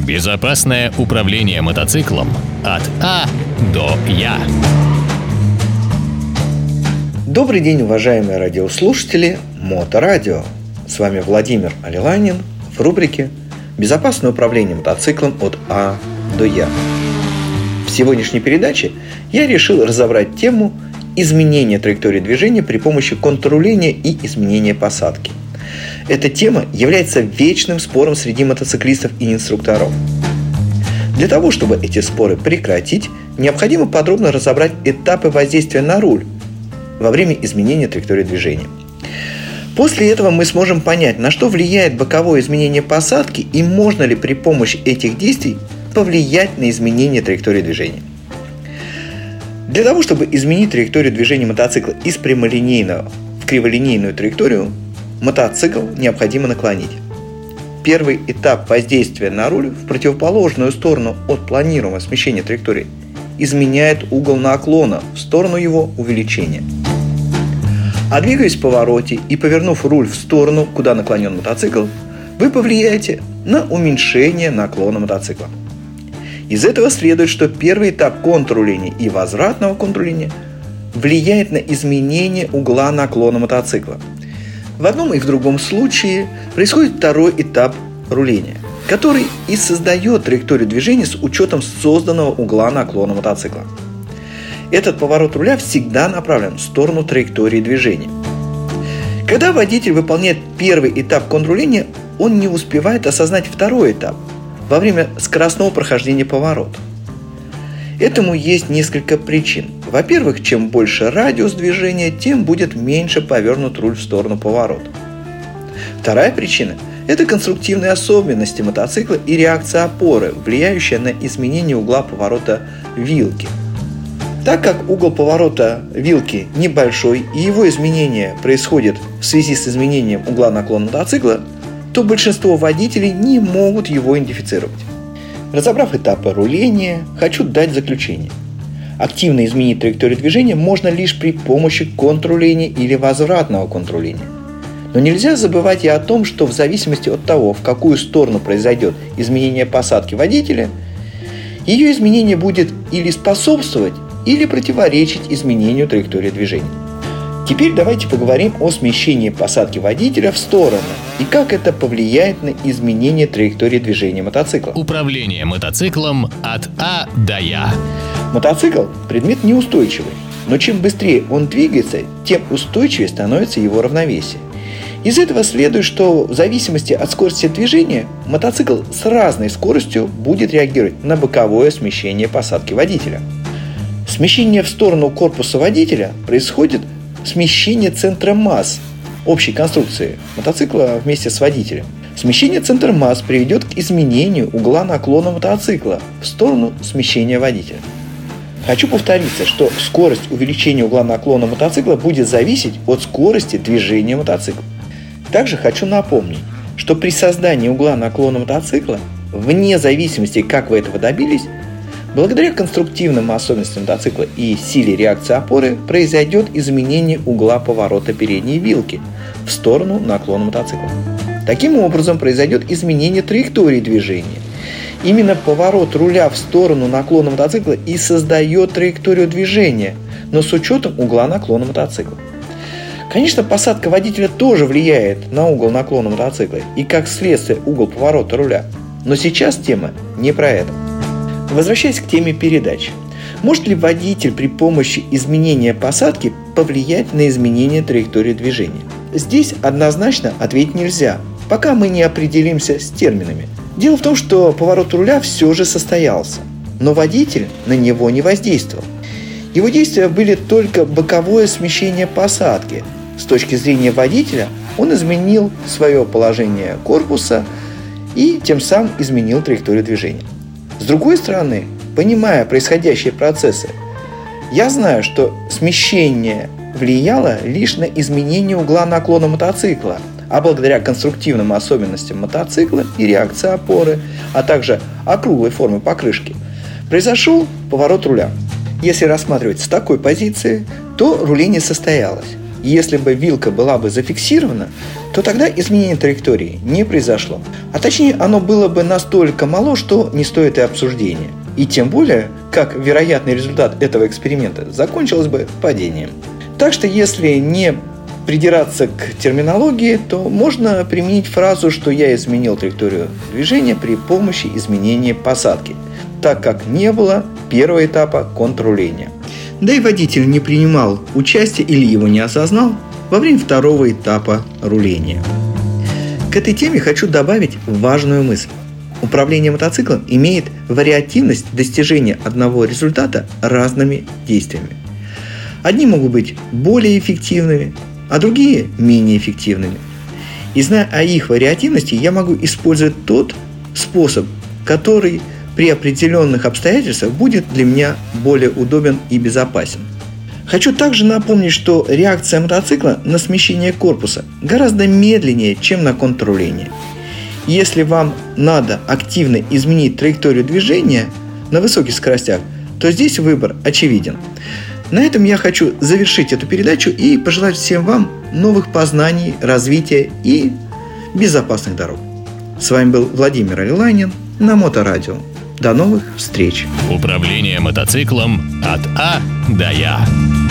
Безопасное управление мотоциклом от А до Я. Добрый день, уважаемые радиослушатели Моторадио. С вами Владимир Алиланин в рубрике «Безопасное управление мотоциклом от А до Я». В сегодняшней передаче я решил разобрать тему изменения траектории движения при помощи контрруления и изменения посадки. Эта тема является вечным спором среди мотоциклистов и инструкторов. Для того, чтобы эти споры прекратить, необходимо подробно разобрать этапы воздействия на руль во время изменения траектории движения. После этого мы сможем понять, на что влияет боковое изменение посадки и можно ли при помощи этих действий повлиять на изменение траектории движения. Для того, чтобы изменить траекторию движения мотоцикла из прямолинейного в криволинейную траекторию, мотоцикл необходимо наклонить. Первый этап воздействия на руль в противоположную сторону от планируемого смещения траектории изменяет угол наклона в сторону его увеличения. А двигаясь в повороте и повернув руль в сторону, куда наклонен мотоцикл, вы повлияете на уменьшение наклона мотоцикла. Из этого следует, что первый этап контрруления и возвратного контрруления влияет на изменение угла наклона мотоцикла. В одном и в другом случае происходит второй этап руления, который и создает траекторию движения с учетом созданного угла наклона мотоцикла. Этот поворот руля всегда направлен в сторону траектории движения. Когда водитель выполняет первый этап контрруления, он не успевает осознать второй этап во время скоростного прохождения поворота. Этому есть несколько причин. Во-первых, чем больше радиус движения, тем будет меньше повернут руль в сторону поворота. Вторая причина – это конструктивные особенности мотоцикла и реакция опоры, влияющая на изменение угла поворота вилки. Так как угол поворота вилки небольшой и его изменение происходит в связи с изменением угла наклона мотоцикла, то большинство водителей не могут его идентифицировать. Разобрав этапы руления, хочу дать заключение. Активно изменить траекторию движения можно лишь при помощи контрруления или возвратного контрруления. Но нельзя забывать и о том, что в зависимости от того, в какую сторону произойдет изменение посадки водителя, ее изменение будет или способствовать, или противоречить изменению траектории движения. Теперь давайте поговорим о смещении посадки водителя в сторону и как это повлияет на изменение траектории движения мотоцикла. Управление мотоциклом от А до Я. Мотоцикл – предмет неустойчивый, но чем быстрее он двигается, тем устойчивее становится его равновесие. Из этого следует, что в зависимости от скорости движения мотоцикл с разной скоростью будет реагировать на боковое смещение посадки водителя. Смещение в сторону корпуса водителя происходит смещение центра масс общей конструкции мотоцикла вместе с водителем. Смещение центра масс приведет к изменению угла наклона мотоцикла в сторону смещения водителя. Хочу повториться, что скорость увеличения угла наклона мотоцикла будет зависеть от скорости движения мотоцикла. Также хочу напомнить, что при создании угла наклона мотоцикла, вне зависимости, как вы этого добились, благодаря конструктивным особенностям мотоцикла и силе реакции опоры произойдет изменение угла поворота передней вилки в сторону наклона мотоцикла. Таким образом произойдет изменение траектории движения. Именно поворот руля в сторону наклона мотоцикла и создает траекторию движения, но с учетом угла наклона мотоцикла. Конечно, посадка водителя тоже влияет на угол наклона мотоцикла и как следствие угол поворота руля. Но сейчас тема не про это. Возвращаясь к теме передачи. Может ли водитель при помощи изменения посадки повлиять на изменение траектории движения? Здесь однозначно ответить нельзя, пока мы не определимся с терминами. Дело в том, что поворот руля все же состоялся, но водитель на него не воздействовал. Его действия были только боковое смещение посадки. С точки зрения водителя он изменил свое положение корпуса и тем самым изменил траекторию движения. С другой стороны, понимая происходящие процессы, я знаю, что смещение влияло лишь на изменение угла наклона мотоцикла, а благодаря конструктивным особенностям мотоцикла и реакции опоры, а также округлой формы покрышки, произошел поворот руля. Если рассматривать с такой позиции, то руление состоялось. Если бы вилка была бы зафиксирована, то тогда изменение траектории не произошло. А точнее, оно было бы настолько мало, что не стоит и обсуждения. И тем более, как вероятный результат этого эксперимента закончилось бы падением. Так что, если не придираться к терминологии, то можно применить фразу, что я изменил траекторию движения при помощи изменения посадки, так как не было первого этапа контрруления. Да и водитель не принимал участия или его не осознал во время второго этапа руления. К этой теме хочу добавить важную мысль. Управление мотоциклом имеет вариативность достижения одного результата разными действиями. Одни могут быть более эффективными, а другие менее эффективными. И зная о их вариативности, я могу использовать тот способ, который при определенных обстоятельствах будет для меня более удобен и безопасен. Хочу также напомнить, что реакция мотоцикла на смещение корпуса гораздо медленнее, чем на контрруление. Если вам надо активно изменить траекторию движения на высоких скоростях, то здесь выбор очевиден. На этом я хочу завершить эту передачу и пожелать всем вам новых познаний, развития и безопасных дорог. С вами был Владимир Алиланин на Моторадио. До новых встреч! Управление мотоциклом от А до Я.